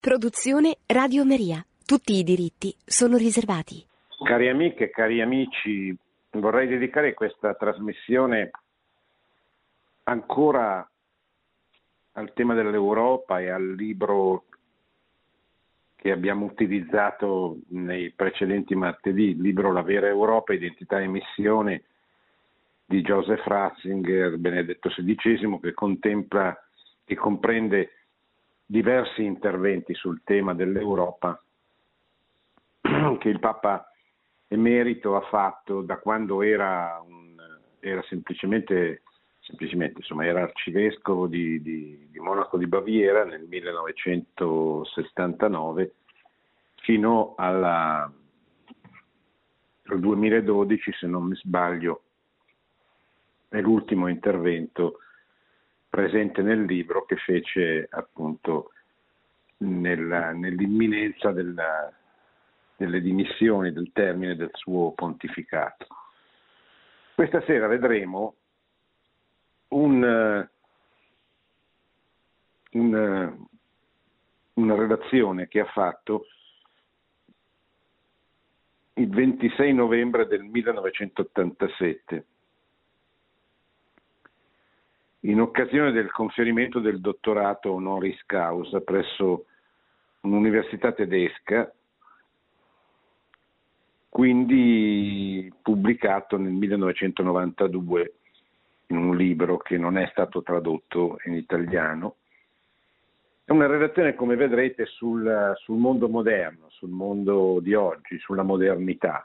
Produzione Radio Maria. Tutti i diritti sono riservati. Cari amiche e cari amici, vorrei dedicare questa trasmissione ancora al tema dell'Europa e al libro che abbiamo utilizzato nei precedenti martedì, il libro La vera Europa, identità e missione di Joseph Ratzinger, Benedetto XVI, che contempla e comprende diversi interventi sul tema dell'Europa che il Papa Emerito ha fatto da quando era semplicemente insomma, era arcivescovo di Monaco di Baviera nel 1979 fino al 2012, se non mi sbaglio, è l'ultimo intervento presente nel libro che fece appunto nell'imminenza delle dimissioni, del termine del suo pontificato. Questa sera vedremo una relazione che ha fatto il 26 novembre del 1987 in occasione del conferimento del dottorato honoris causa presso un'università tedesca, quindi pubblicato nel 1992 in un libro che non è stato tradotto in italiano. È una relazione, come vedrete, sul mondo moderno, sul mondo di oggi, sulla modernità.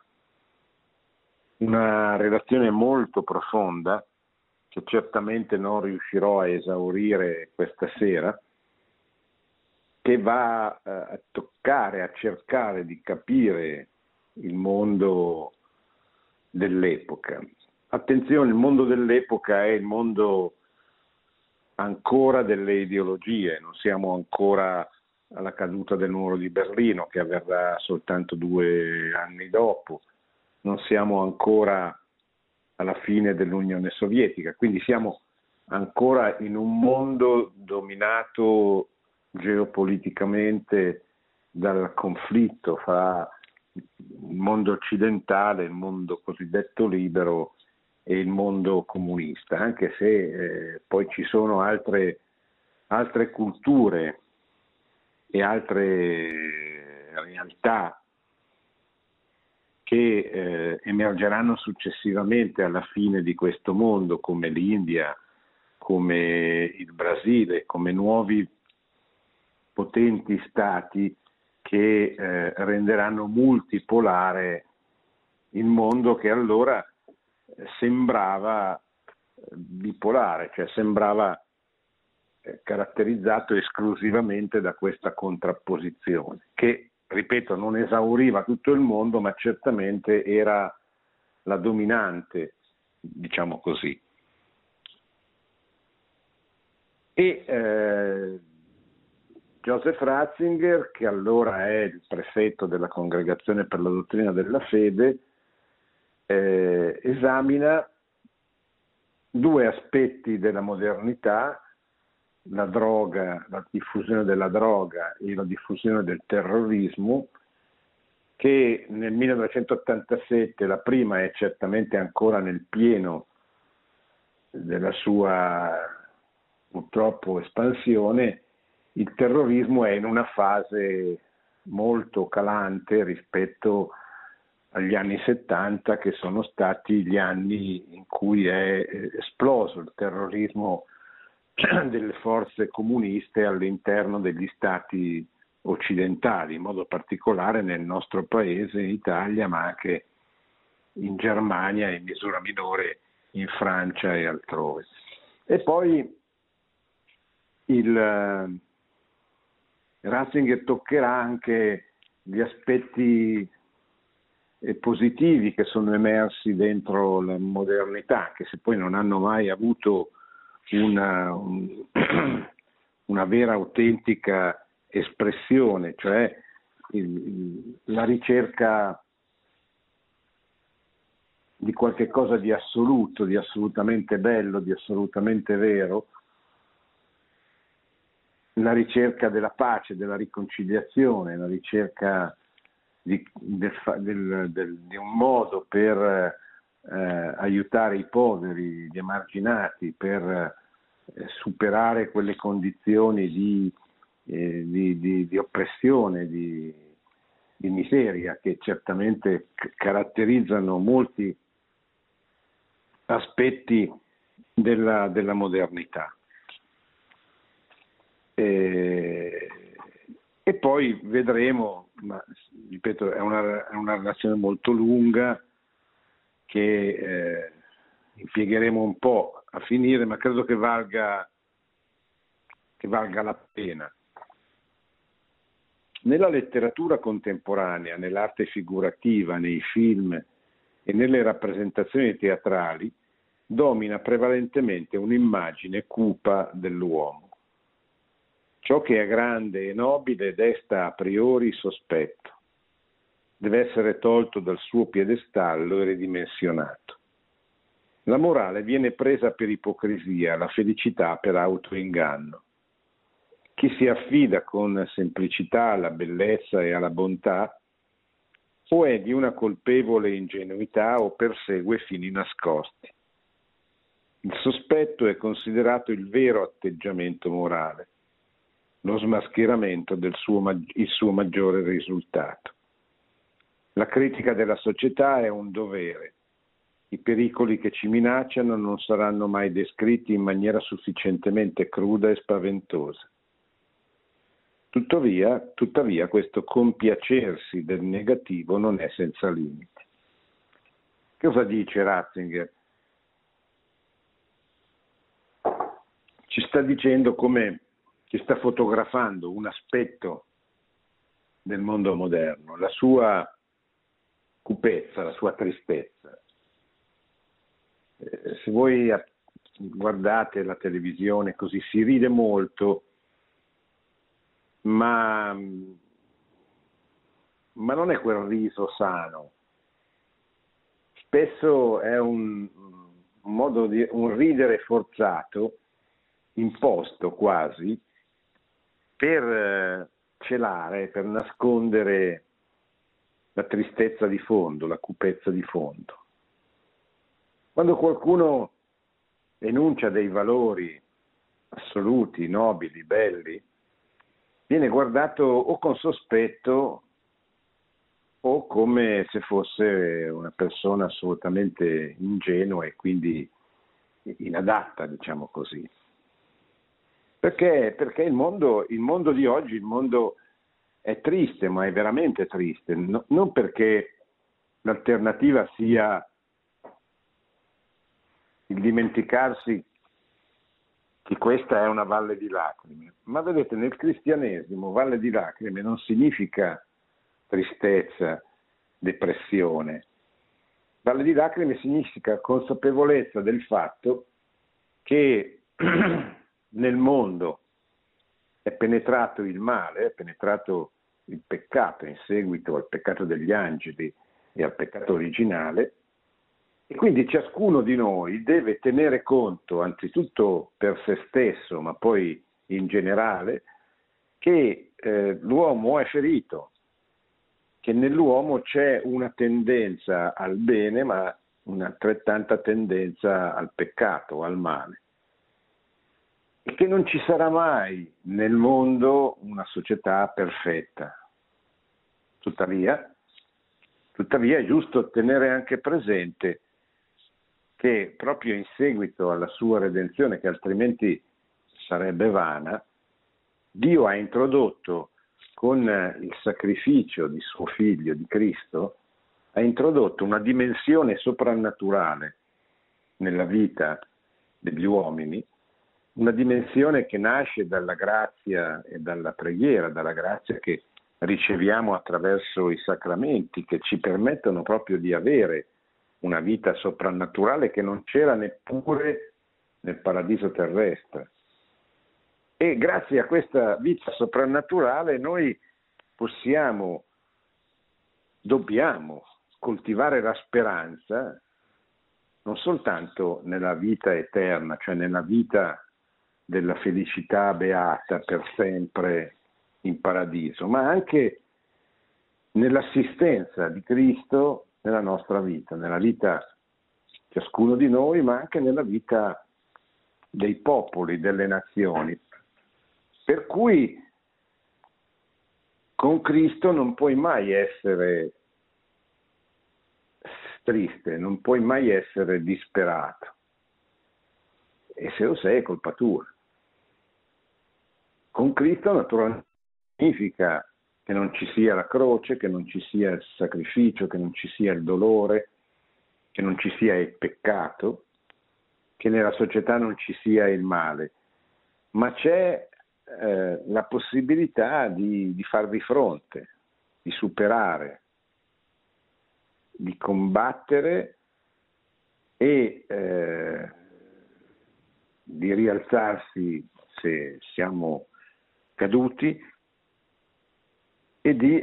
Una relazione molto profonda, che certamente non riuscirò a esaurire questa sera, che va a toccare, a cercare di capire il mondo dell'epoca. Attenzione, il mondo dell'epoca è il mondo ancora delle ideologie, non siamo ancora alla caduta del muro di Berlino, che avverrà soltanto 2 anni dopo, non siamo ancora alla fine dell'Unione Sovietica, quindi siamo ancora in un mondo dominato geopoliticamente dal conflitto fra il mondo occidentale, il mondo cosiddetto libero e il mondo comunista, anche se poi ci sono altre culture e altre realtà che emergeranno successivamente alla fine di questo mondo, come l'India, come il Brasile, come nuovi potenti stati che renderanno multipolare il mondo che allora sembrava bipolare, cioè sembrava caratterizzato esclusivamente da questa contrapposizione, che, ripeto, non esauriva tutto il mondo, ma certamente era la dominante, diciamo così. E Joseph Ratzinger, che allora è il prefetto della Congregazione per la Dottrina della Fede, esamina 2 aspetti della modernità: la droga, la diffusione della droga e la diffusione del terrorismo, che nel 1987, la prima è certamente ancora nel pieno della sua purtroppo espansione, il terrorismo è in una fase molto calante rispetto agli anni 70, che sono stati gli anni in cui è esploso il terrorismo delle forze comuniste all'interno degli stati occidentali, in modo particolare nel nostro paese, in Italia, ma anche in Germania e in misura minore in Francia e altrove. E poi Ratzinger toccherà anche gli aspetti positivi che sono emersi dentro la modernità, che se poi non hanno mai avuto una vera autentica espressione, cioè la ricerca di qualche cosa di assoluto, di assolutamente bello, di assolutamente vero, la ricerca della pace, della riconciliazione, la ricerca di un modo per aiutare i poveri, gli emarginati, per superare quelle condizioni di oppressione, di miseria che certamente caratterizzano molti aspetti della modernità. E poi vedremo, ma ripeto, è una relazione molto lunga che impiegheremo un po' a finire, ma credo che valga la pena. Nella letteratura contemporanea, nell'arte figurativa, nei film e nelle rappresentazioni teatrali domina prevalentemente un'immagine cupa dell'uomo. Ciò che è grande e nobile desta a priori sospetto, deve essere tolto dal suo piedestallo e ridimensionato. La morale viene presa per ipocrisia, la felicità per autoinganno. Chi si affida con semplicità alla bellezza e alla bontà o è di una colpevole ingenuità o persegue fini nascosti. Il sospetto è considerato il vero atteggiamento morale, lo smascheramento il suo maggiore risultato. La critica della società è un dovere. I pericoli che ci minacciano non saranno mai descritti in maniera sufficientemente cruda e spaventosa. Tuttavia, questo compiacersi del negativo non è senza limiti. Cosa dice Ratzinger? Ci sta dicendo come ci sta fotografando un aspetto del mondo moderno, la sua cupezza, la sua tristezza. Se voi guardate la televisione così si ride molto, ma non è quel riso sano. Spesso è un modo di un ridere forzato, imposto quasi, per celare, per nascondere la tristezza di fondo, la cupezza di fondo. Quando qualcuno enuncia dei valori assoluti, nobili, belli, viene guardato o con sospetto o come se fosse una persona assolutamente ingenua e quindi inadatta, diciamo così. Perché il mondo di oggi, il mondo è triste, ma è veramente triste, non perché l'alternativa sia il dimenticarsi che questa è una valle di lacrime, ma vedete, nel cristianesimo valle di lacrime non significa tristezza, depressione. Valle di lacrime significa consapevolezza del fatto che nel mondo è penetrato il male, è penetrato il peccato in seguito al peccato degli angeli e al peccato originale, e quindi ciascuno di noi deve tenere conto, anzitutto per se stesso, ma poi in generale, che l'uomo è ferito, che nell'uomo c'è una tendenza al bene, ma un'altrettanta tendenza al peccato, al male. E che non ci sarà mai nel mondo una società perfetta. Tuttavia è giusto tenere anche presente che proprio in seguito alla sua redenzione, che altrimenti sarebbe vana, Dio ha introdotto con il sacrificio di suo figlio, di Cristo, ha introdotto una dimensione soprannaturale nella vita degli uomini, una dimensione che nasce dalla grazia e dalla preghiera, dalla grazia che riceviamo attraverso i sacramenti, che ci permettono proprio di avere una vita soprannaturale che non c'era neppure nel paradiso terrestre. E grazie a questa vita soprannaturale noi dobbiamo coltivare la speranza non soltanto nella vita eterna, cioè nella vita della felicità beata per sempre in paradiso, ma anche nell'assistenza di Cristo nella nostra vita, nella vita ciascuno di noi, ma anche nella vita dei popoli, delle nazioni. Per cui con Cristo non puoi mai essere triste, non puoi mai essere disperato. E se lo sei è colpa tua. Con Cristo naturalmente significa che non ci sia la croce, che non ci sia il sacrificio, che non ci sia il dolore, che non ci sia il peccato, che nella società non ci sia il male, ma c'è la possibilità di farvi fronte, di superare, di combattere e di rialzarsi se siamo caduti e di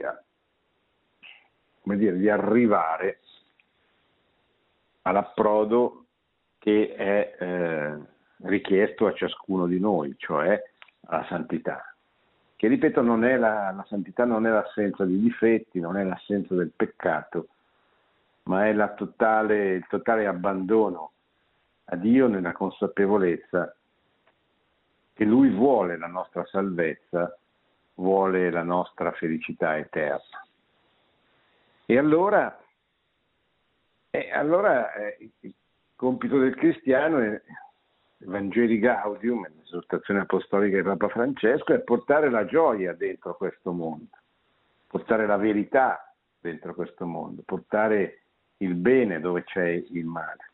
arrivare all'approdo che è richiesto a ciascuno di noi, cioè alla santità. Che ripeto, non è la santità non è l'assenza di difetti, non è l'assenza del peccato, ma è il totale abbandono a Dio nella consapevolezza che Lui vuole la nostra salvezza, vuole la nostra felicità eterna. E allora il compito del cristiano è Evangelii Gaudium, l'esortazione apostolica di Papa Francesco, è portare la gioia dentro questo mondo, portare la verità dentro questo mondo, portare il bene dove c'è il male.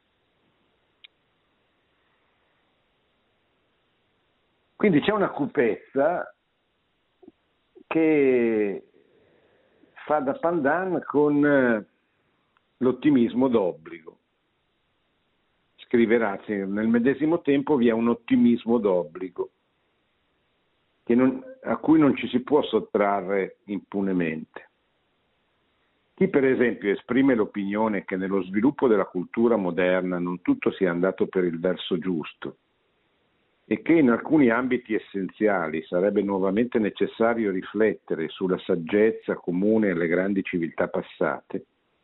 Quindi c'è una cupezza che fa da pandan con l'ottimismo d'obbligo. Scrive Ratzinger, nel medesimo tempo vi è un ottimismo d'obbligo a cui non ci si può sottrarre impunemente. Chi per esempio esprime l'opinione che nello sviluppo della cultura moderna non tutto sia andato per il verso giusto e che in alcuni ambiti essenziali sarebbe nuovamente necessario riflettere sulla saggezza comune alle grandi civiltà passate,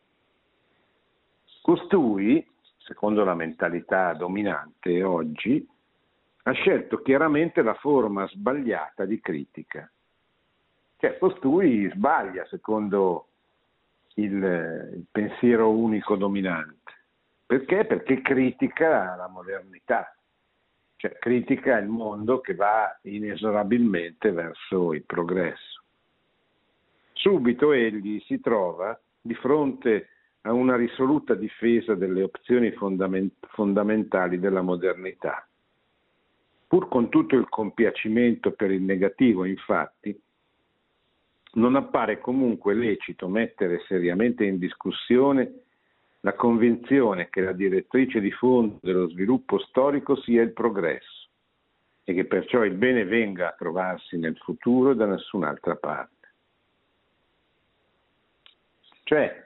costui, secondo la mentalità dominante oggi, ha scelto chiaramente la forma sbagliata di critica. Cioè, costui sbaglia secondo il pensiero unico dominante. Perché? Perché critica la modernità, cioè critica il mondo che va inesorabilmente verso il progresso. Subito egli si trova di fronte a una risoluta difesa delle opzioni fondamentali della modernità. Pur con tutto il compiacimento per il negativo, infatti, non appare comunque lecito mettere seriamente in discussione la convinzione che la direttrice di fondo dello sviluppo storico sia il progresso e che perciò il bene venga a trovarsi nel futuro da nessun'altra parte. Cioè,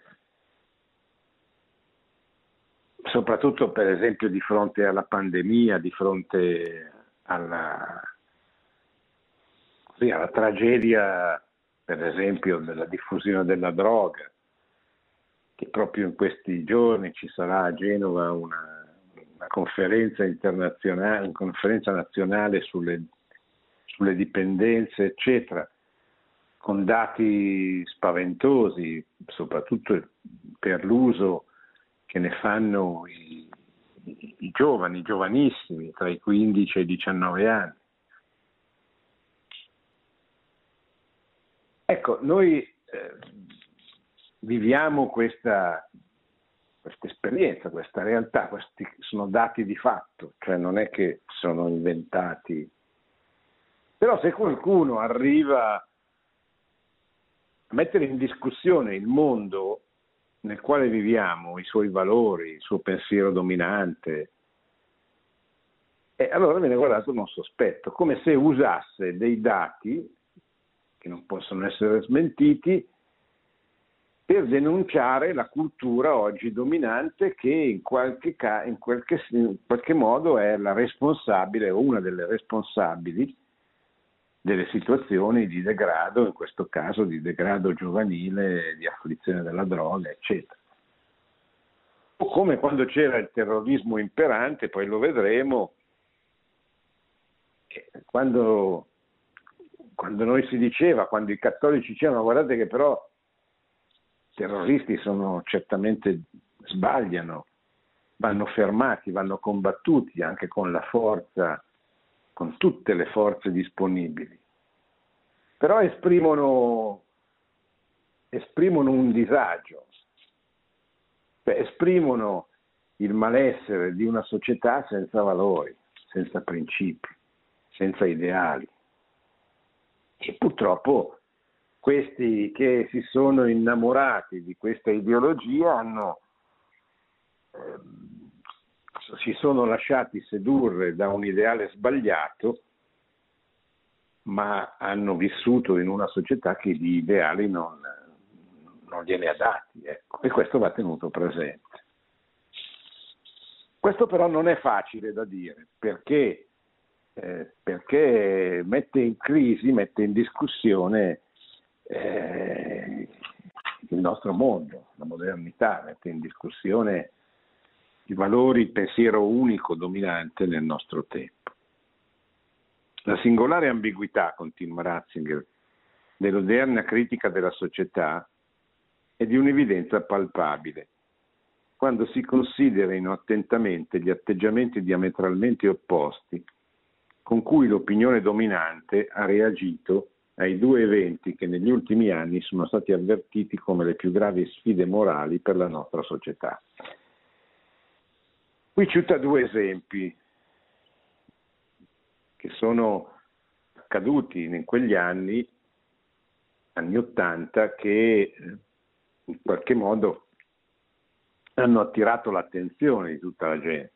soprattutto per esempio di fronte alla pandemia, di fronte alla tragedia per esempio della diffusione della droga, che proprio in questi giorni ci sarà a Genova una conferenza internazionale, una conferenza nazionale sulle dipendenze, eccetera, con dati spaventosi, soprattutto per l'uso che ne fanno i giovani, i giovanissimi, tra i 15 e i 19 anni. Ecco, noi viviamo questa esperienza, questa realtà, questi sono dati di fatto, cioè non è che sono inventati. Però se qualcuno arriva a mettere in discussione il mondo nel quale viviamo, i suoi valori, il suo pensiero dominante, allora viene guardato con sospetto, come se usasse dei dati che non possono essere smentiti per denunciare la cultura oggi dominante che in qualche modo è la responsabile o una delle responsabili delle situazioni di degrado, in questo caso di degrado giovanile, di afflizione della droga, eccetera. O come quando c'era il terrorismo imperante, poi lo vedremo, quando noi si diceva, quando i cattolici dicevano guardate che però i terroristi certamente sbagliano, vanno fermati, vanno combattuti anche con la forza, con tutte le forze disponibili, però esprimono un disagio, cioè esprimono il malessere di una società senza valori, senza principi, senza ideali. E purtroppo questi che si sono innamorati di questa ideologia si sono lasciati sedurre da un ideale sbagliato, ma hanno vissuto in una società che di ideali non gliene ha dati, ecco. E questo va tenuto presente. Questo però non è facile da dire, perché mette in crisi, mette in discussione il nostro mondo, la modernità, mette in discussione i valori, il pensiero unico dominante nel nostro tempo. La singolare ambiguità, continua Ratzinger, dell'odierna critica della società è di un'evidenza palpabile quando si considerino attentamente gli atteggiamenti diametralmente opposti con cui l'opinione dominante ha reagito ai due eventi che negli ultimi anni sono stati avvertiti come le più gravi sfide morali per la nostra società. Qui cita due esempi che sono accaduti in quegli anni 80, che in qualche modo hanno attirato l'attenzione di tutta la gente.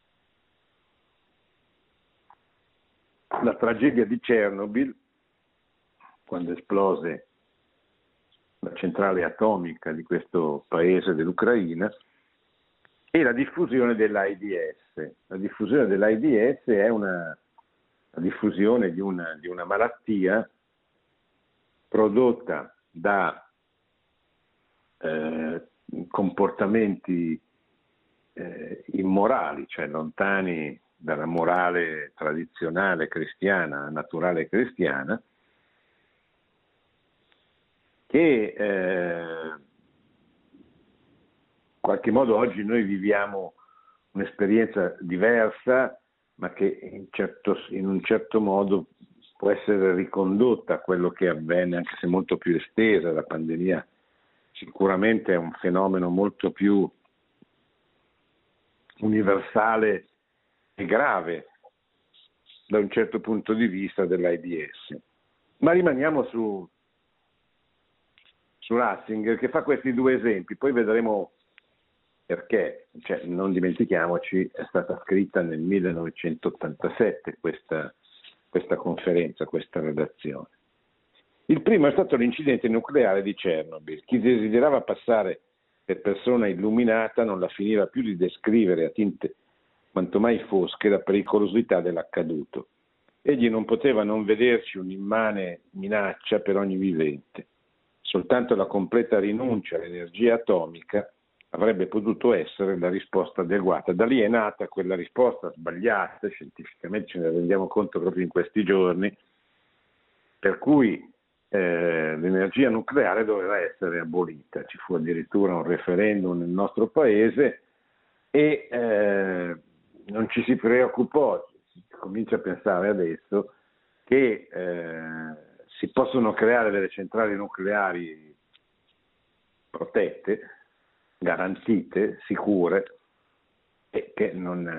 La tragedia di Chernobyl, quando esplose la centrale atomica di questo paese dell'Ucraina, e la diffusione dell'AIDS. La diffusione dell'AIDS è la diffusione di una malattia prodotta da comportamenti immorali, cioè lontani dalla morale tradizionale cristiana, naturale cristiana, che in qualche modo oggi noi viviamo un'esperienza diversa, ma che in un certo modo può essere ricondotta a quello che avvenne, anche se molto più estesa. La pandemia sicuramente è un fenomeno molto più universale e grave da un certo punto di vista dell'AIDS. Ma rimaniamo su Ratzinger, che fa questi due esempi, poi vedremo perché. Cioè, non dimentichiamoci, è stata scritta nel 1987 questa conferenza, questa redazione. Il primo è stato l'incidente nucleare di Chernobyl. Chi desiderava passare per persona illuminata non la finiva più di descrivere a tinte quanto mai fosche la pericolosità dell'accaduto. Egli non poteva non vederci un'immane minaccia per ogni vivente. Soltanto la completa rinuncia all'energia atomica avrebbe potuto essere la risposta adeguata. Da lì è nata quella risposta sbagliata, scientificamente ce ne rendiamo conto proprio in questi giorni, per cui l'energia nucleare doveva essere abolita. Ci fu addirittura un referendum nel nostro paese e non ci si preoccupò. Si comincia a pensare adesso che si possono creare delle centrali nucleari protette, garantite, sicure, e che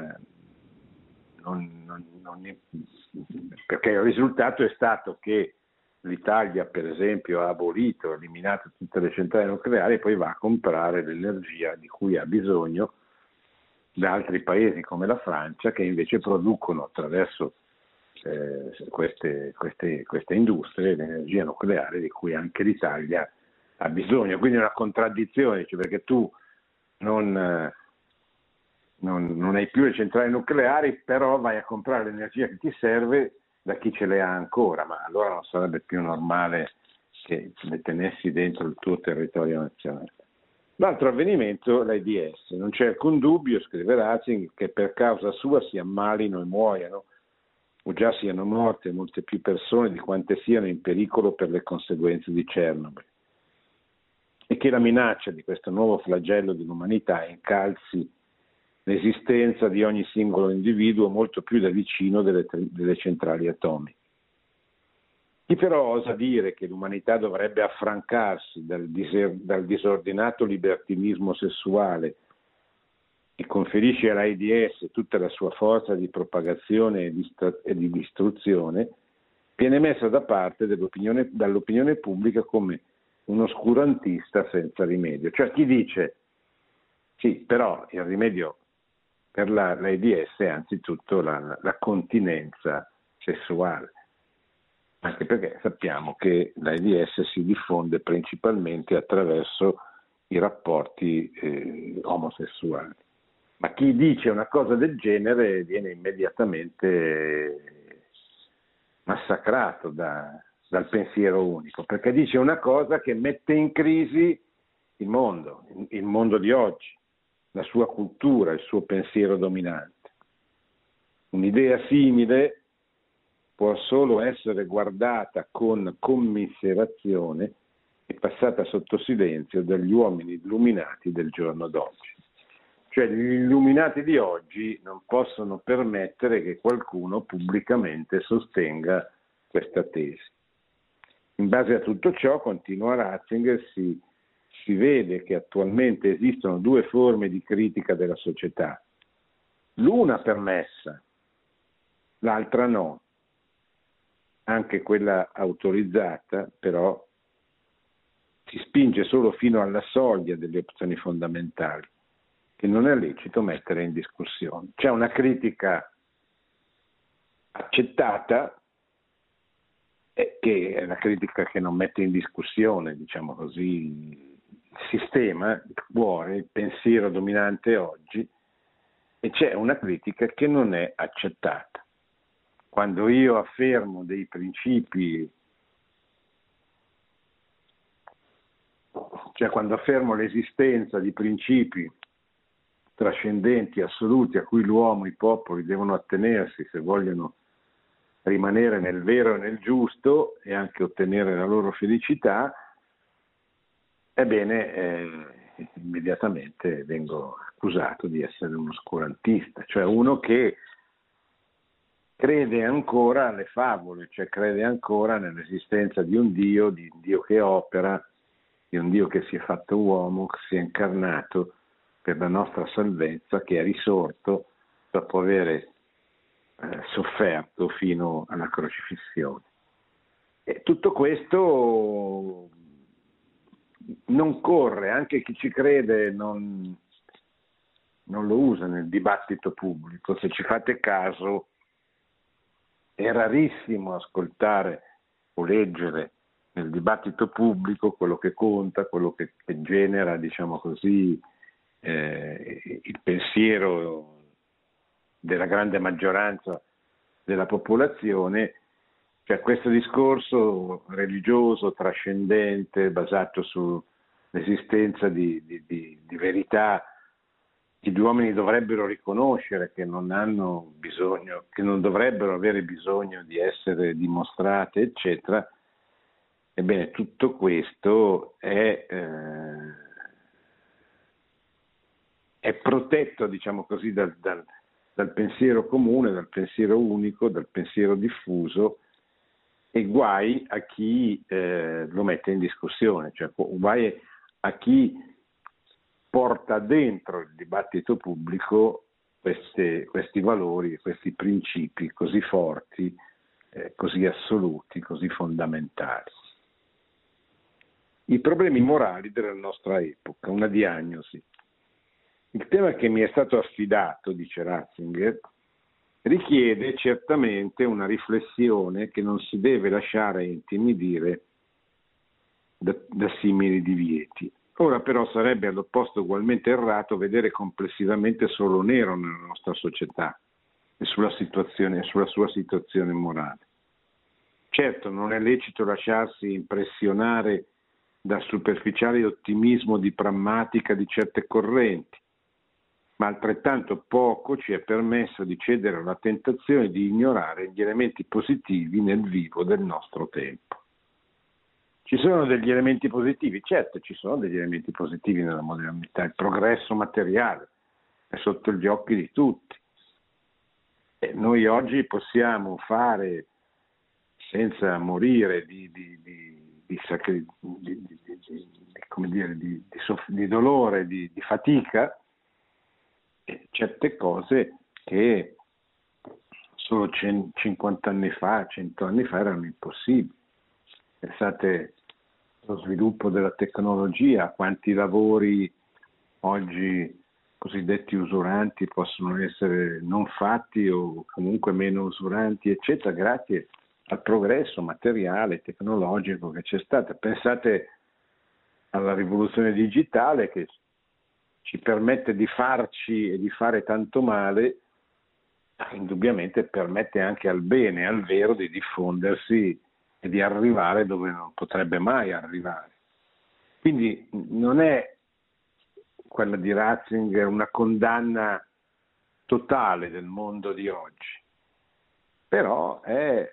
perché il risultato è stato che l'Italia, per esempio, ha abolito, eliminato tutte le centrali nucleari e poi va a comprare l'energia di cui ha bisogno da altri paesi come la Francia, che invece producono attraverso queste industrie l'energia nucleare di cui anche l'Italia ha bisogno, quindi è una contraddizione, cioè perché tu non hai più le centrali nucleari, però vai a comprare l'energia che ti serve da chi ce le ha ancora, ma allora non sarebbe più normale che le tenessi dentro il tuo territorio nazionale. L'altro avvenimento, l'AIDS. Non c'è alcun dubbio, scrive Ratzinger, che per causa sua si ammalino e muoiano, o già siano morte molte più persone di quante siano in pericolo per le conseguenze di Chernobyl, e che la minaccia di questo nuovo flagello dell'umanità incalzi l'esistenza di ogni singolo individuo molto più da vicino delle centrali atomiche. Chi però osa dire che l'umanità dovrebbe affrancarsi dal disordinato libertinismo sessuale e conferisce all'AIDS tutta la sua forza di propagazione e di distruzione, viene messa da parte dall'opinione pubblica come un oscurantista senza rimedio. Cioè chi dice sì, però il rimedio per l'AIDS è anzitutto la continenza sessuale, anche perché sappiamo che l'AIDS si diffonde principalmente attraverso i rapporti omosessuali. Ma chi dice una cosa del genere viene immediatamente massacrato dal pensiero unico, perché dice una cosa che mette in crisi il mondo di oggi, la sua cultura, il suo pensiero dominante. Un'idea simile può solo essere guardata con commiserazione e passata sotto silenzio dagli uomini illuminati del giorno d'oggi. Cioè gli illuminati di oggi non possono permettere che qualcuno pubblicamente sostenga questa tesi. In base a tutto ciò, continua Ratzinger, si vede che attualmente esistono due forme di critica della società. L'una permessa, l'altra no. Anche quella autorizzata, però, si spinge solo fino alla soglia delle opzioni fondamentali, che non è lecito mettere in discussione. C'è una critica accettata, che è la critica che non mette in discussione, diciamo così, il sistema, il cuore, il pensiero dominante oggi, e c'è una critica che non è accettata. Quando io affermo dei principi, cioè quando affermo l'esistenza di principi trascendenti, assoluti, a cui l'uomo, i popoli devono attenersi se vogliono rimanere nel vero e nel giusto e anche ottenere la loro felicità, ebbene immediatamente vengo accusato di essere un oscurantista, cioè uno che crede ancora alle favole, cioè crede ancora nell'esistenza di un Dio che opera, di un Dio che si è fatto uomo, che si è incarnato per la nostra salvezza, che è risorto dopo aver sofferto fino alla crocifissione. E tutto questo non corre, anche chi ci crede non lo usa nel dibattito pubblico. Se ci fate caso, è rarissimo ascoltare o leggere nel dibattito pubblico quello che conta, quello che genera, diciamo così, il pensiero della grande maggioranza della popolazione, cioè questo discorso religioso, trascendente, basato sull'esistenza di verità che gli uomini dovrebbero riconoscere, che non hanno bisogno, che non dovrebbero avere bisogno di essere dimostrate, eccetera. Ebbene, tutto questo è protetto, diciamo così, dal pensiero comune, dal pensiero unico, dal pensiero diffuso, e guai a chi lo mette in discussione, cioè guai a chi porta dentro il dibattito pubblico questi valori, questi principi così forti, così assoluti, così fondamentali. I problemi morali della nostra epoca, una diagnosi. Il tema che mi è stato affidato, dice Ratzinger, richiede certamente una riflessione che non si deve lasciare intimidire da simili divieti. Ora però sarebbe all'opposto ugualmente errato vedere complessivamente solo nero nella nostra società e sulla sua situazione morale. Certo, non è lecito lasciarsi impressionare dal superficiale ottimismo di prammatica di certe correnti, ma altrettanto poco ci è permesso di cedere alla tentazione di ignorare gli elementi positivi nel vivo del nostro tempo. Ci sono degli elementi positivi? Certo, ci sono degli elementi positivi nella modernità, il progresso materiale è sotto gli occhi di tutti. E noi oggi possiamo fare, senza morire di dolore, di fatica, certe cose che solo 50 anni fa, 100 anni fa erano impossibili. Pensate allo sviluppo della tecnologia, quanti lavori oggi cosiddetti usuranti possono essere non fatti o comunque meno usuranti, eccetera, grazie al progresso materiale, tecnologico che c'è stato. Pensate alla rivoluzione digitale che ci permette di farci e di fare tanto male, indubbiamente permette anche al bene, al vero di diffondersi e di arrivare dove non potrebbe mai arrivare. Quindi non è quella di Ratzinger una condanna totale del mondo di oggi, però è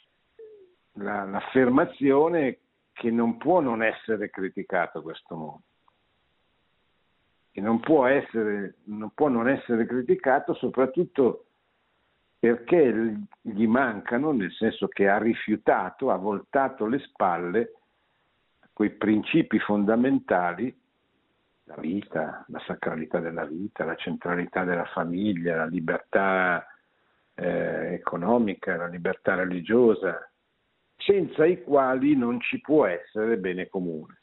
l'affermazione che non può non essere criticato questo mondo. E non può non essere criticato soprattutto perché gli mancano, nel senso che ha rifiutato, ha voltato le spalle a quei principi fondamentali, la vita, la sacralità della vita, la centralità della famiglia, la libertà economica, la libertà religiosa, senza i quali non ci può essere bene comune.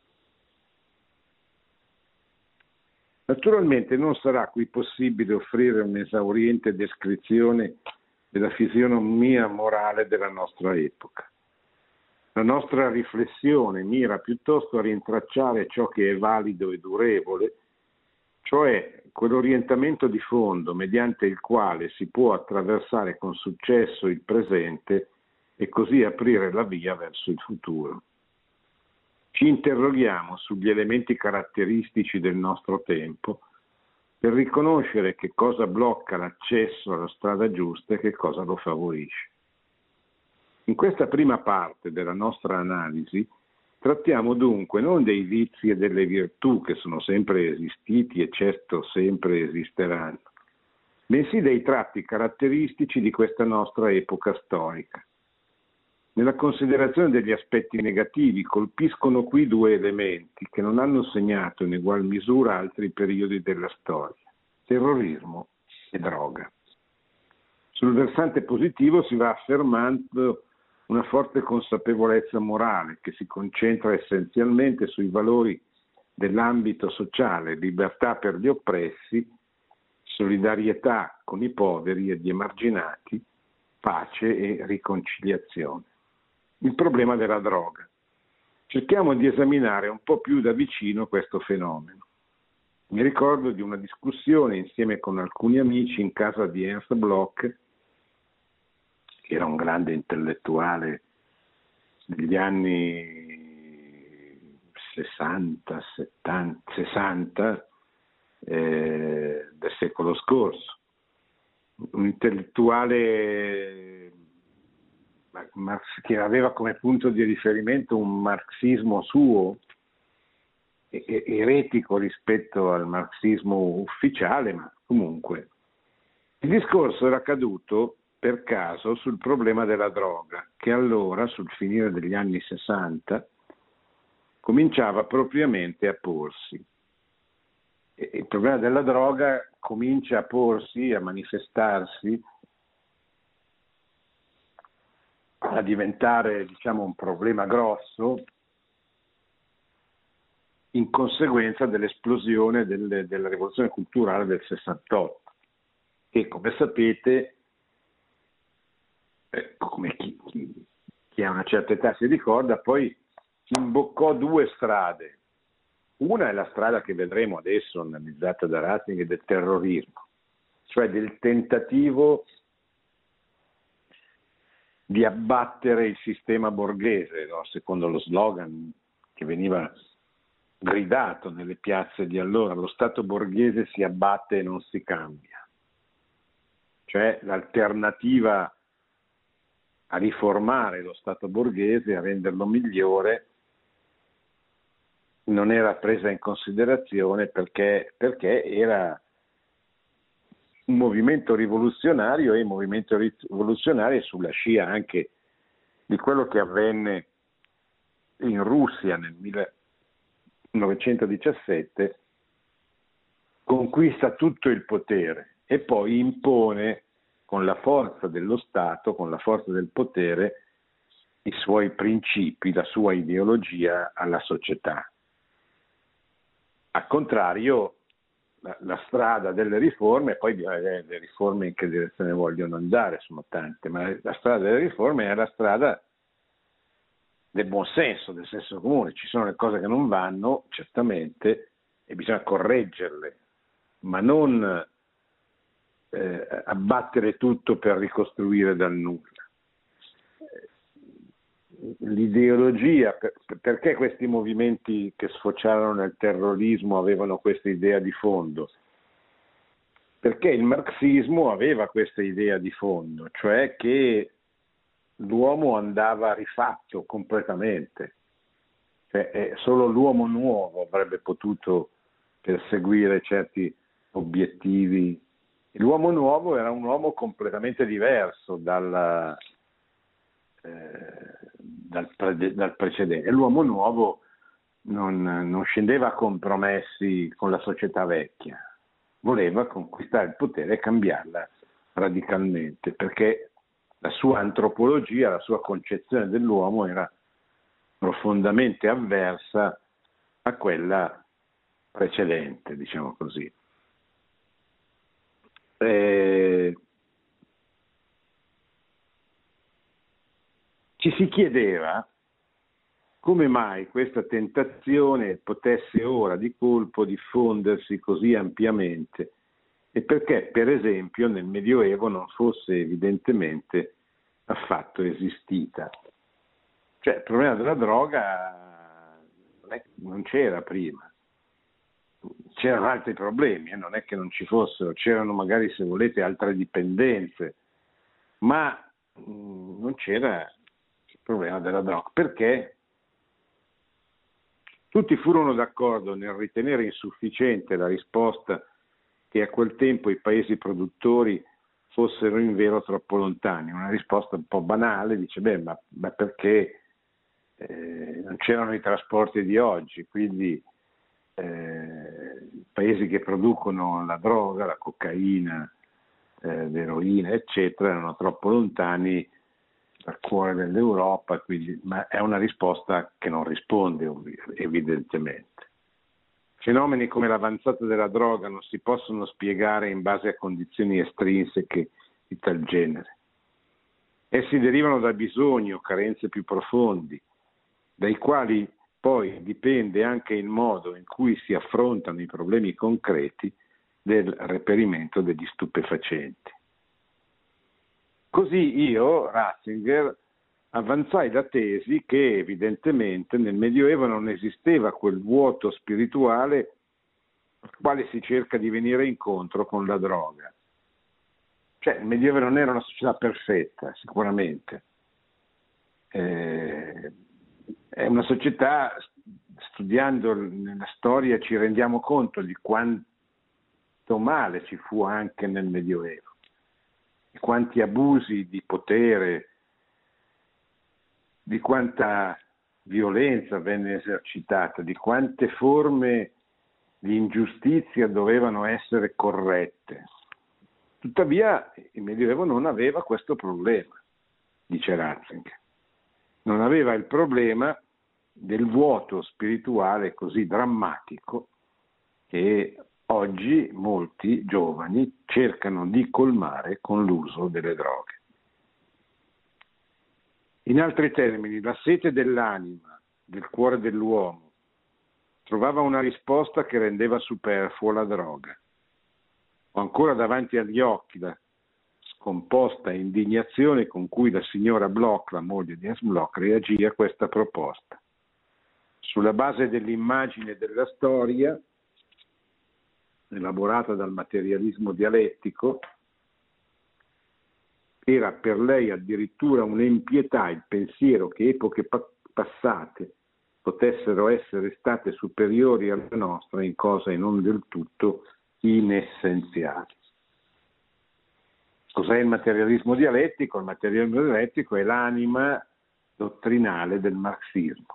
Naturalmente non sarà qui possibile offrire un'esauriente descrizione della fisionomia morale della nostra epoca. La nostra riflessione mira piuttosto a rintracciare ciò che è valido e durevole, cioè quell'orientamento di fondo mediante il quale si può attraversare con successo il presente e così aprire la via verso il futuro. Ci interroghiamo sugli elementi caratteristici del nostro tempo per riconoscere che cosa blocca l'accesso alla strada giusta e che cosa lo favorisce. In questa prima parte della nostra analisi trattiamo dunque non dei vizi e delle virtù che sono sempre esistiti e certo sempre esisteranno, bensì dei tratti caratteristici di questa nostra epoca storica. Nella considerazione degli aspetti negativi colpiscono qui due elementi che non hanno segnato in egual misura altri periodi della storia: terrorismo e droga. Sul versante positivo si va affermando una forte consapevolezza morale che si concentra essenzialmente sui valori dell'ambito sociale, libertà per gli oppressi, solidarietà con i poveri e gli emarginati, pace e riconciliazione. Il problema della droga. Cerchiamo di esaminare un po' più da vicino questo fenomeno. Mi ricordo di una discussione insieme con alcuni amici in casa di Ernst Bloch, che era un grande intellettuale degli anni 60, 70, 60 del secolo scorso. Un intellettuale che aveva come punto di riferimento un marxismo suo, eretico rispetto al marxismo ufficiale, ma comunque. Il discorso era caduto per caso sul problema della droga, che allora, sul finire degli anni 60, cominciava propriamente a porsi. E il problema della droga comincia a porsi, a manifestarsi, a diventare, diciamo, un problema grosso in conseguenza dell'esplosione della rivoluzione culturale del 68, che, come sapete, come chi ha una certa età si ricorda, poi imboccò due strade. Una è la strada che vedremo adesso analizzata da Ratzinger del terrorismo, cioè del tentativo di abbattere il sistema borghese, no? Secondo lo slogan che veniva gridato nelle piazze di allora: lo Stato borghese si abbatte e non si cambia. Cioè l'alternativa a riformare lo Stato borghese, a renderlo migliore, non era presa in considerazione perché era un movimento rivoluzionario, e il movimento rivoluzionario sulla scia anche di quello che avvenne in Russia nel 1917, conquista tutto il potere e poi impone con la forza dello Stato, con la forza del potere, i suoi principi, la sua ideologia alla società. Al contrario, la strada delle riforme, poi le riforme in che direzione vogliono andare, sono tante, ma la strada delle riforme è la strada del buon senso, del senso comune. Ci sono le cose che non vanno, certamente, e bisogna correggerle, ma non abbattere tutto per ricostruire dal nulla. L'ideologia, perché questi movimenti che sfociarono nel terrorismo avevano questa idea di fondo? Perché il marxismo aveva questa idea di fondo, cioè che l'uomo andava rifatto completamente, cioè solo l'uomo nuovo avrebbe potuto perseguire certi obiettivi. L'uomo nuovo era un uomo completamente diverso dal precedente. L'uomo nuovo non scendeva a compromessi con la società vecchia, voleva conquistare il potere e cambiarla radicalmente, perché la sua antropologia, la sua concezione dell'uomo era profondamente avversa a quella precedente, diciamo così. Ci si chiedeva come mai questa tentazione potesse ora di colpo diffondersi così ampiamente e perché, per esempio, nel Medioevo non fosse evidentemente affatto esistita. Cioè, il problema della droga non c'era prima. C'erano altri problemi, non è che non ci fossero, c'erano magari, se volete, altre dipendenze, ma non c'era il problema della droga. Perché? Tutti furono d'accordo nel ritenere insufficiente la risposta che a quel tempo i paesi produttori fossero in vero troppo lontani. Una risposta un po' banale, dice, ma perché non c'erano i trasporti di oggi, quindi i paesi che producono la droga, la cocaina, l'eroina, eccetera, erano troppo lontani dal cuore dell'Europa, quindi, ma è una risposta che non risponde evidentemente. Fenomeni come l'avanzata della droga non si possono spiegare in base a condizioni estrinseche di tal genere. Essi derivano da bisogni o carenze più profondi, dai quali poi dipende anche il modo in cui si affrontano i problemi concreti del reperimento degli stupefacenti. Così io, Ratzinger, avanzai la tesi che evidentemente nel Medioevo non esisteva quel vuoto spirituale al quale si cerca di venire incontro con la droga. Cioè, il Medioevo non era una società perfetta, sicuramente. È una società, studiando nella storia ci rendiamo conto di quanto male ci fu anche nel Medioevo, di quanti abusi di potere, di quanta violenza venne esercitata, di quante forme di ingiustizia dovevano essere corrette. Tuttavia il Medioevo non aveva questo problema, dice Ratzinger. Non aveva il problema del vuoto spirituale così drammatico che oggi molti giovani cercano di colmare con l'uso delle droghe. In altri termini, la sete dell'anima del cuore dell'uomo trovava una risposta che rendeva superflua la droga. Ho ancora davanti agli occhi la scomposta indignazione con cui la signora Bloch, la moglie di Ernst Bloch, reagì a questa proposta. Sulla base dell'immagine della storia, elaborata dal materialismo dialettico, era per lei addirittura un'impietà il pensiero che epoche passate potessero essere state superiori alla nostra in cose non del tutto inessenziali. Cos'è il materialismo dialettico? Il materialismo dialettico è l'anima dottrinale del marxismo,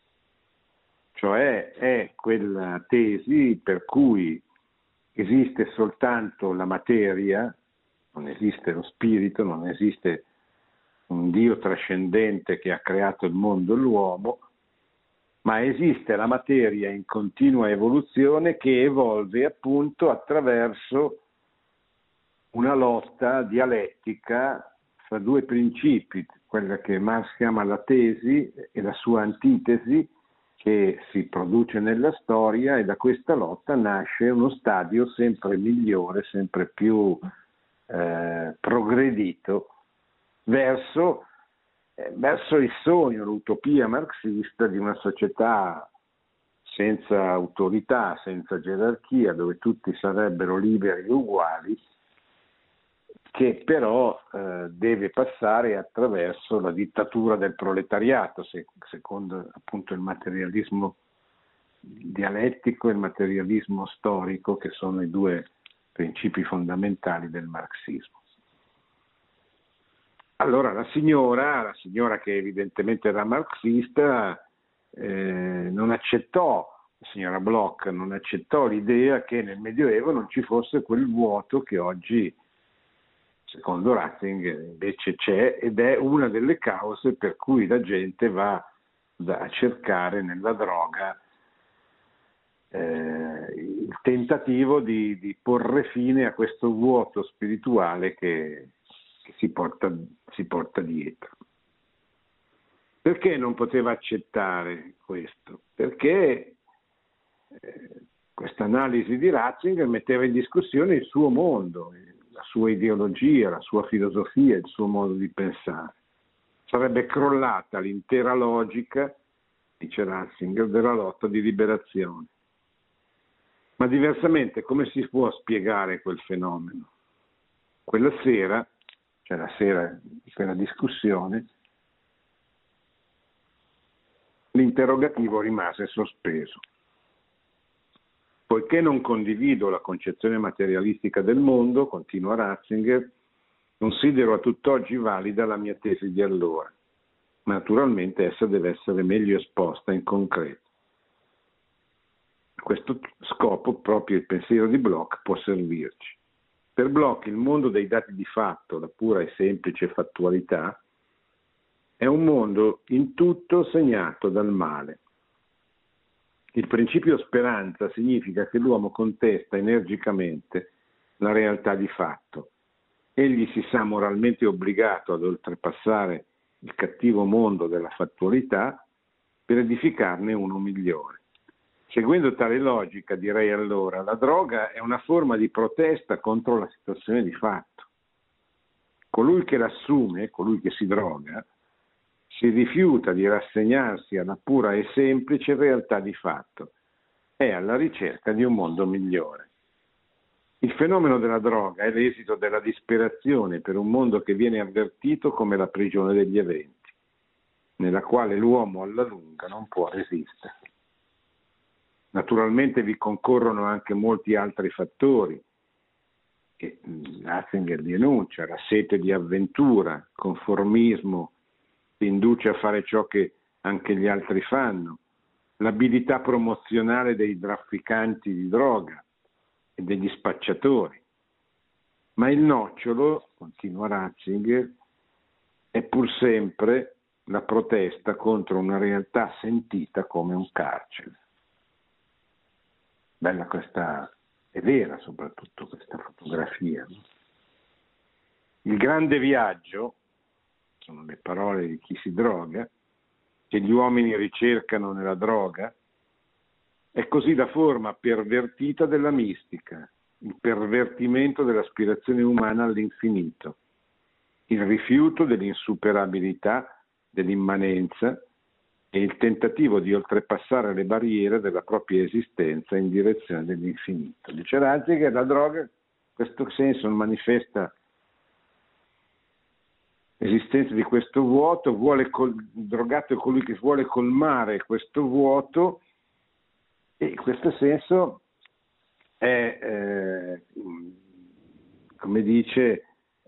cioè è quella tesi per cui esiste soltanto la materia, non esiste lo spirito, non esiste un Dio trascendente che ha creato il mondo e l'uomo, ma esiste la materia in continua evoluzione che evolve appunto attraverso una lotta dialettica fra due principi, quella che Marx chiama la tesi e la sua antitesi, che si produce nella storia, e da questa lotta nasce uno stadio sempre migliore, sempre più progredito verso il sogno, l'utopia marxista di una società senza autorità, senza gerarchia, dove tutti sarebbero liberi e uguali, che però deve passare attraverso la dittatura del proletariato, secondo appunto il materialismo dialettico e il materialismo storico, che sono i due principi fondamentali del marxismo. Allora la signora che evidentemente era marxista, non accettò, la signora Bloch non accettò l'idea che nel Medioevo non ci fosse quel vuoto che oggi, secondo Ratzinger, invece c'è, ed è una delle cause per cui la gente va a cercare nella droga il tentativo di porre fine a questo vuoto spirituale che si porta dietro. Perché non poteva accettare questo? Perché questa analisi di Ratzinger metteva in discussione il suo mondo, la sua ideologia, la sua filosofia, il suo modo di pensare. Sarebbe crollata l'intera logica, dice Ratzinger, della lotta di liberazione. Ma diversamente come si può spiegare quel fenomeno? Quella sera, cioè la sera di quella discussione, l'interrogativo rimase sospeso. Poiché non condivido la concezione materialistica del mondo, continua Ratzinger, considero a tutt'oggi valida la mia tesi di allora, ma naturalmente essa deve essere meglio esposta in concreto. A questo scopo proprio il pensiero di Bloch può servirci. Per Bloch il mondo dei dati di fatto, la pura e semplice fattualità, è un mondo in tutto segnato dal male. Il principio speranza significa che l'uomo contesta energicamente la realtà di fatto. Egli si sa moralmente obbligato ad oltrepassare il cattivo mondo della fattualità per edificarne uno migliore. Seguendo tale logica, direi allora, la droga è una forma di protesta contro la situazione di fatto. Colui che l'assume, colui che si droga, si rifiuta di rassegnarsi alla pura e semplice realtà di fatto, è alla ricerca di un mondo migliore. Il fenomeno della droga è l'esito della disperazione per un mondo che viene avvertito come la prigione degli eventi, nella quale l'uomo alla lunga non può resistere. Naturalmente vi concorrono anche molti altri fattori che Ratzinger denuncia: la sete di avventura, conformismo che induce a fare ciò che anche gli altri fanno, l'abilità promozionale dei trafficanti di droga e degli spacciatori. Ma il nocciolo, continua Ratzinger, è pur sempre la protesta contro una realtà sentita come un carcere. Bella questa, è vera soprattutto questa fotografia. Il grande viaggio, sono le parole di chi si droga, che gli uomini ricercano nella droga, è così la forma pervertita della mistica, il pervertimento dell'aspirazione umana all'infinito, il rifiuto dell'insuperabilità, dell'immanenza e il tentativo di oltrepassare le barriere della propria esistenza in direzione dell'infinito. Dice Razzi che la droga in questo senso manifesta l'esistenza di questo vuoto, il drogato è colui che vuole colmare questo vuoto, e in questo senso è, come dice,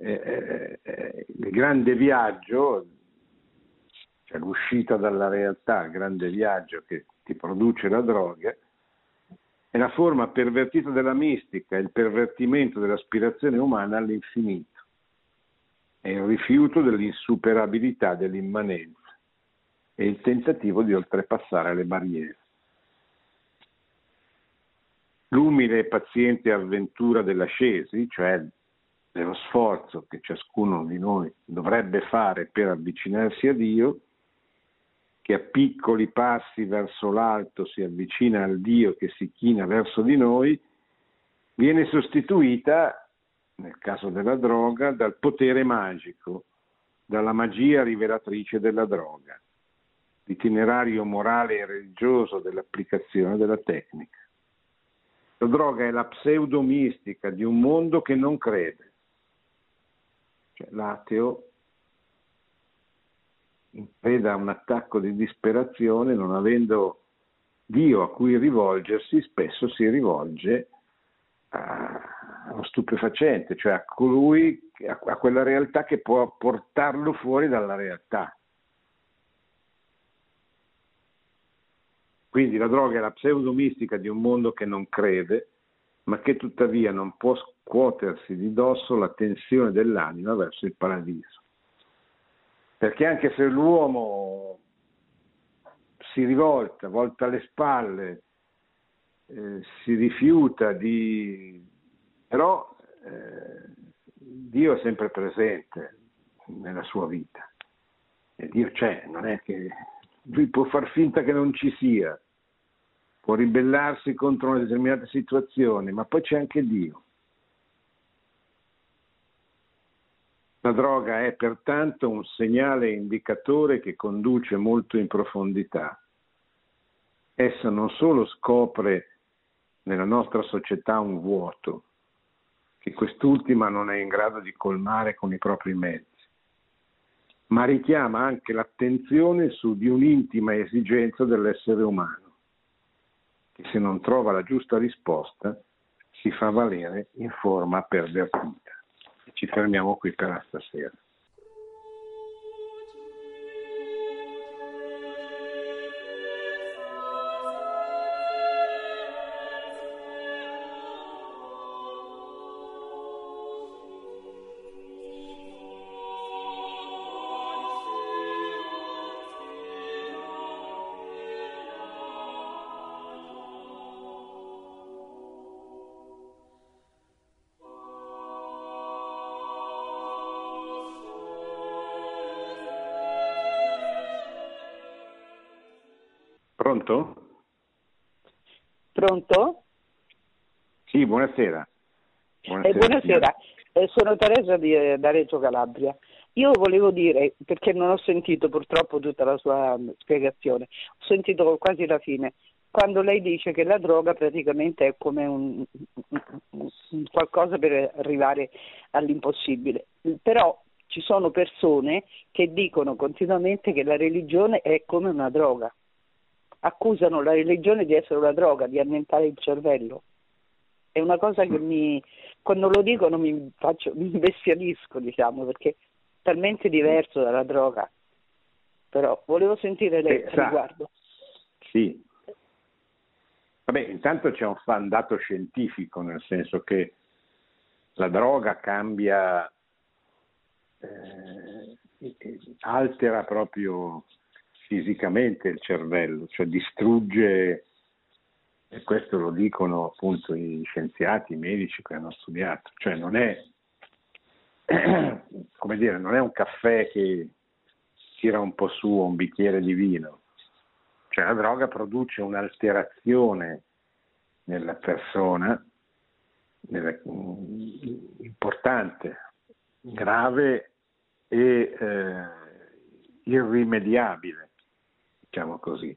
il grande viaggio, cioè l'uscita dalla realtà, il grande viaggio che ti produce la droga, è la forma pervertita della mistica, il pervertimento dell'aspirazione umana all'infinito, è il rifiuto dell'insuperabilità dell'immanenza e il tentativo di oltrepassare le barriere. L'umile e paziente avventura dell'ascesi, cioè dello sforzo che ciascuno di noi dovrebbe fare per avvicinarsi a Dio, che a piccoli passi verso l'alto si avvicina al Dio che si china verso di noi, viene sostituita, nel caso della droga, dal potere magico, dalla magia rivelatrice della droga, l'itinerario morale e religioso dell'applicazione della tecnica. La droga è la pseudomistica di un mondo che non crede. Cioè, l'ateo, in preda a un attacco di disperazione, non avendo Dio a cui rivolgersi, spesso si rivolge allo stupefacente, cioè a colui, a quella realtà che può portarlo fuori dalla realtà. Quindi la droga è la pseudomistica di un mondo che non crede, ma che tuttavia non può scuotersi di dosso la tensione dell'anima verso il paradiso. Perché anche se l'uomo si rivolta, volta le spalle, si rifiuta però Dio è sempre presente nella sua vita. E Dio c'è, non è che lui può far finta che non ci sia, può ribellarsi contro una determinata situazione, ma poi c'è anche Dio. La droga è pertanto un segnale indicatore che conduce molto in profondità. Essa non solo scopre nella nostra società un vuoto, che quest'ultima non è in grado di colmare con i propri mezzi, ma richiama anche l'attenzione su di un'intima esigenza dell'essere umano, che se non trova la giusta risposta si fa valere in forma pervertita. E ci fermiamo qui per stasera. Pronto? Pronto? Sì, buonasera. Buonasera. Sono Teresa da Reggio Calabria. Io volevo dire, perché non ho sentito purtroppo tutta la sua spiegazione, ho sentito quasi la fine, quando lei dice che la droga praticamente è come un qualcosa per arrivare all'impossibile. Però ci sono persone che dicono continuamente che la religione è come una droga. Accusano la religione di essere una droga, di annientare il cervello. È una cosa che quando lo dicono mi imbestialisco, diciamo, perché è talmente diverso dalla droga. Però volevo sentire lei a riguardo. Sì. Vabbè, intanto c'è un dato scientifico, nel senso che la droga cambia, altera proprio fisicamente il cervello, cioè distrugge, e questo lo dicono appunto gli scienziati, i medici che hanno studiato, cioè non è, come dire, non è un caffè che tira un po' su un bicchiere di vino. Cioè la droga produce un'alterazione nella persona importante, grave e irrimediabile, diciamo così.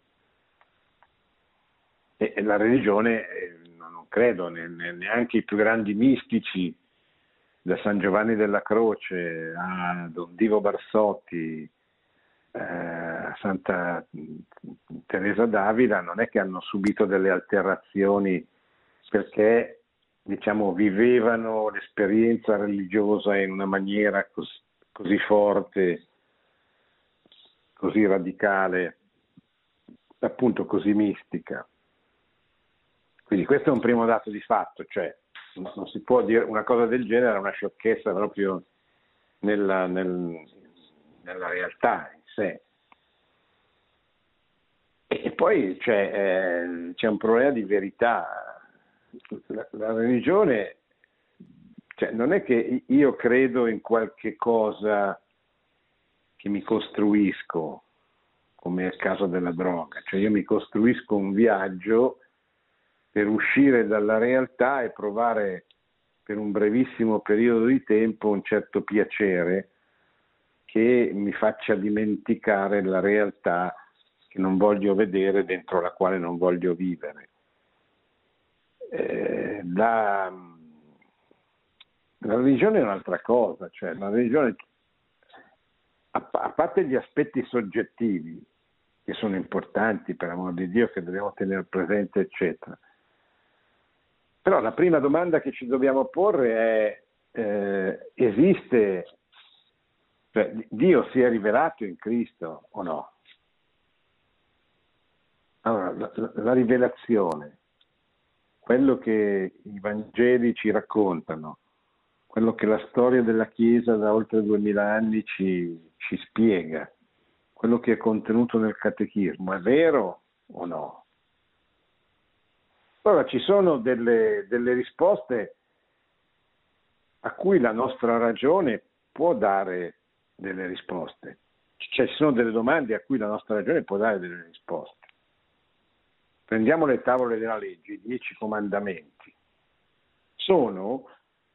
E la religione, non credo, neanche i più grandi mistici, da San Giovanni della Croce a Don Divo Barsotti, a Santa Teresa d'Avila, non è che hanno subito delle alterazioni perché, diciamo, vivevano l'esperienza religiosa in una maniera così forte, così radicale, appunto così mistica. Quindi questo è un primo dato di fatto, cioè non si può dire una cosa del genere, è una sciocchezza proprio nella realtà in sé. E poi c'è un problema di verità. La religione, cioè, non è che io credo in qualche cosa che mi costruisco, come è il caso della droga, cioè io mi costruisco un viaggio per uscire dalla realtà e provare per un brevissimo periodo di tempo un certo piacere che mi faccia dimenticare la realtà che non voglio vedere, dentro la quale non voglio vivere. La religione è un'altra cosa, cioè la religione, a parte gli aspetti soggettivi, che sono importanti, per amor di Dio, che dobbiamo tenere presente, eccetera. Però la prima domanda che ci dobbiamo porre è, esiste, cioè Dio si è rivelato in Cristo o no? Allora, la rivelazione, quello che i Vangeli ci raccontano, quello che la storia della Chiesa da oltre 2000 anni ci spiega, quello che è contenuto nel Catechismo, è vero o no? Allora ci sono delle risposte a cui la nostra ragione può dare delle risposte, cioè ci sono delle domande a cui la nostra ragione può dare delle risposte. Prendiamo le tavole della legge, i 10 comandamenti. Sono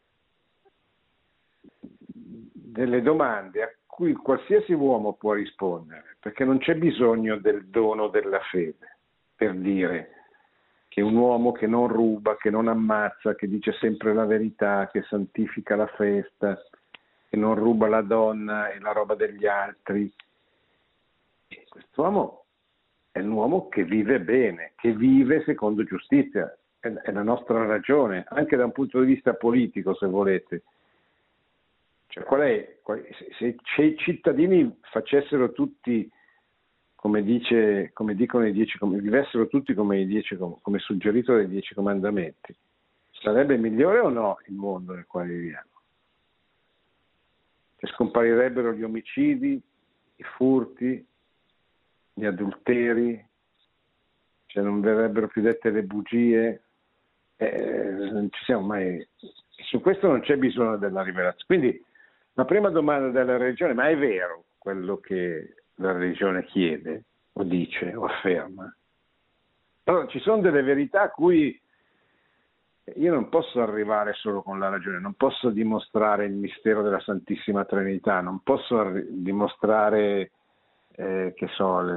delle domande a cui qualsiasi uomo può rispondere, perché non c'è bisogno del dono della fede per dire che un uomo che non ruba, che non ammazza, che dice sempre la verità, che santifica la festa, che non ruba la donna e la roba degli altri. E quest'uomo è un uomo che vive bene, che vive secondo giustizia, è la nostra ragione, anche da un punto di vista politico, se volete. Cioè, se i cittadini facessero tutti come dicono i 10, vivessero tutti come come suggerito dai 10 comandamenti, sarebbe migliore o no il mondo nel quale viviamo? Cioè, scomparirebbero gli omicidi, i furti, gli adulteri, cioè non verrebbero più dette le bugie, non ci siamo mai. Su questo non c'è bisogno della rivelazione. Quindi la prima domanda della religione: ma è vero quello che la religione chiede o dice o afferma? Allora ci sono delle verità a cui io non posso arrivare solo con la ragione, non posso dimostrare il mistero della Santissima Trinità, non posso dimostrare che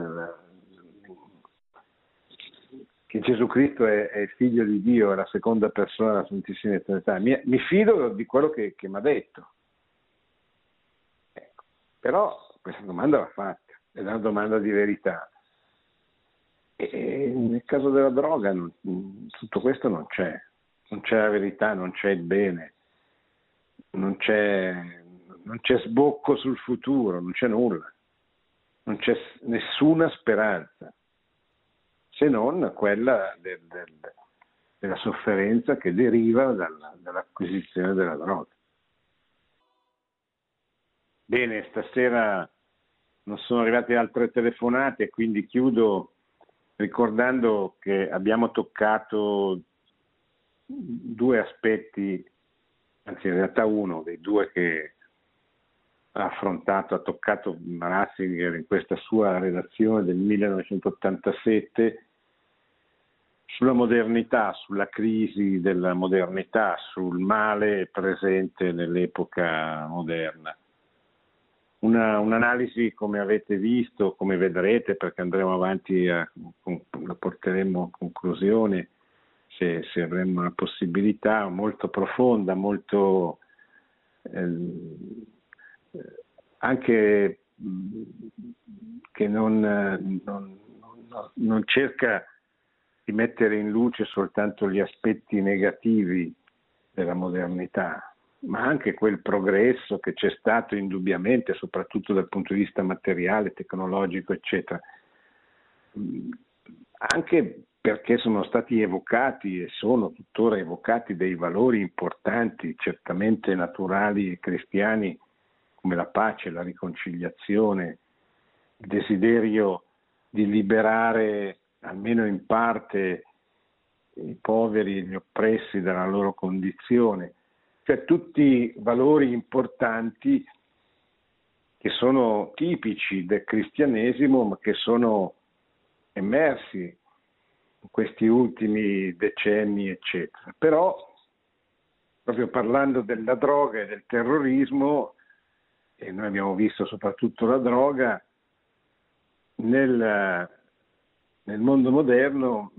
Gesù Cristo è il figlio di Dio, è la seconda persona della Santissima Trinità. Mi fido di quello che mi ha detto. Ecco. Però questa domanda va fatta, è una domanda di verità. E nel caso della droga tutto questo non c'è la verità, non c'è il bene, non c'è sbocco sul futuro, non c'è nulla, non c'è nessuna speranza, se non quella della sofferenza che deriva dall'acquisizione della droga. Bene, stasera non sono arrivate altre telefonate, quindi chiudo ricordando che abbiamo toccato due aspetti, anzi in realtà uno dei due che ha affrontato, ha toccato Ratzinger in questa sua relazione del 1987 sulla modernità, sulla crisi della modernità, sul male presente nell'epoca moderna. Un'analisi, come avete visto, come vedrete, perché andremo avanti, la porteremo a conclusione se avremo la possibilità, molto profonda, molto anche che non cerca di mettere in luce soltanto gli aspetti negativi della modernità, ma anche quel progresso che c'è stato indubbiamente, soprattutto dal punto di vista materiale, tecnologico, eccetera. Anche perché sono stati evocati e sono tuttora evocati dei valori importanti, certamente naturali e cristiani, come la pace, la riconciliazione, il desiderio di liberare almeno in parte i poveri e gli oppressi dalla loro condizione, cioè tutti valori importanti che sono tipici del cristianesimo, ma che sono emersi in questi ultimi decenni, eccetera. Però, proprio parlando della droga e del terrorismo, e noi abbiamo visto soprattutto la droga, nel mondo moderno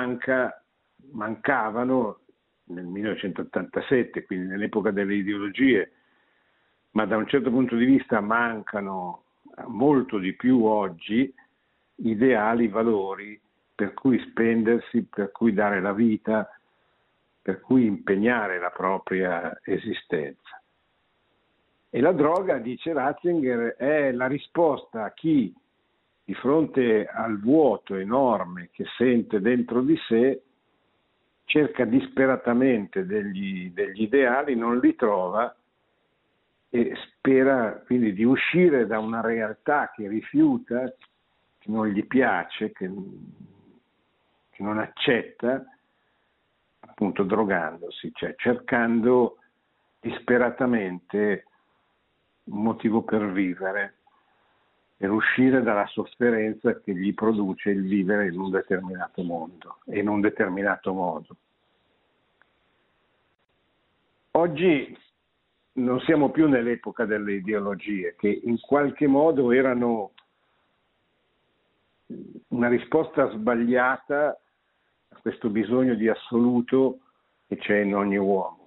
mancavano nel 1987, quindi nell'epoca delle ideologie, ma da un certo punto di vista mancano molto di più oggi ideali, valori per cui spendersi, per cui dare la vita, per cui impegnare la propria esistenza. E la droga, dice Ratzinger, è la risposta a chi di fronte al vuoto enorme che sente dentro di sé cerca disperatamente degli ideali, non li trova e spera quindi di uscire da una realtà che rifiuta, che non gli piace, che non accetta, appunto drogandosi, cioè cercando disperatamente un motivo per vivere, per uscire dalla sofferenza che gli produce il vivere in un determinato mondo e in un determinato modo. Oggi non siamo più nell'epoca delle ideologie, che in qualche modo erano una risposta sbagliata a questo bisogno di assoluto che c'è in ogni uomo.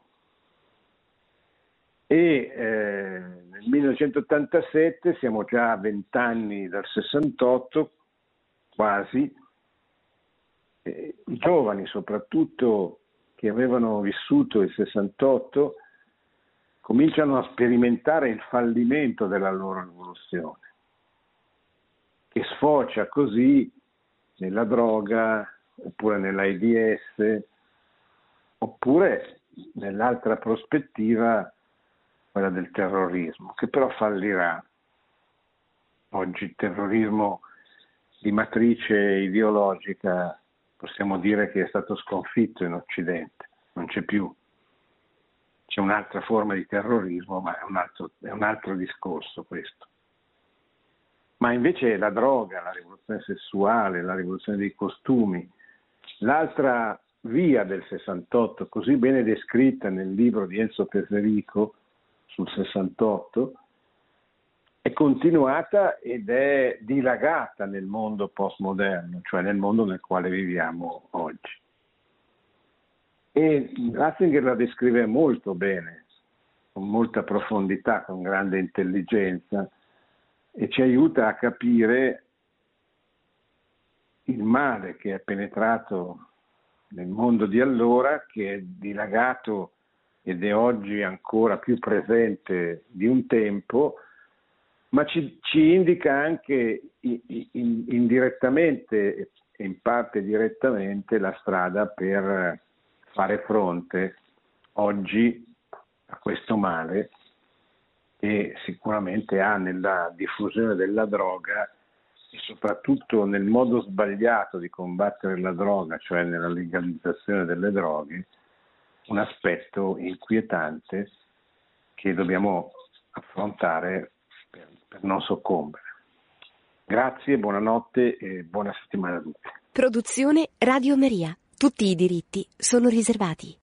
E nel 1987, siamo già a 20 anni dal 68, quasi, i giovani soprattutto che avevano vissuto il 68 cominciano a sperimentare il fallimento della loro rivoluzione, che sfocia così nella droga, oppure nell'AIDS, oppure nell'altra prospettiva, quella del terrorismo, che però fallirà. Oggi il terrorismo di matrice ideologica possiamo dire che è stato sconfitto in Occidente, non c'è più. C'è un'altra forma di terrorismo, ma è un altro discorso questo. Ma invece la droga, la rivoluzione sessuale, la rivoluzione dei costumi, l'altra via del 68, così bene descritta nel libro di Enzo Peserico sul 68, è continuata ed è dilagata nel mondo postmoderno, cioè nel mondo nel quale viviamo oggi. E Ratzinger la descrive molto bene, con molta profondità, con grande intelligenza, e ci aiuta a capire il male che è penetrato nel mondo di allora, che è dilagato ed è oggi ancora più presente di un tempo, ma ci indica anche indirettamente e in parte direttamente la strada per fare fronte oggi a questo male che sicuramente ha nella diffusione della droga e soprattutto nel modo sbagliato di combattere la droga, cioè nella legalizzazione delle droghe, un aspetto inquietante che dobbiamo affrontare per non soccombere. Grazie, buonanotte e buona settimana a tutti. Produzione Radio Maria. Tutti i diritti sono riservati.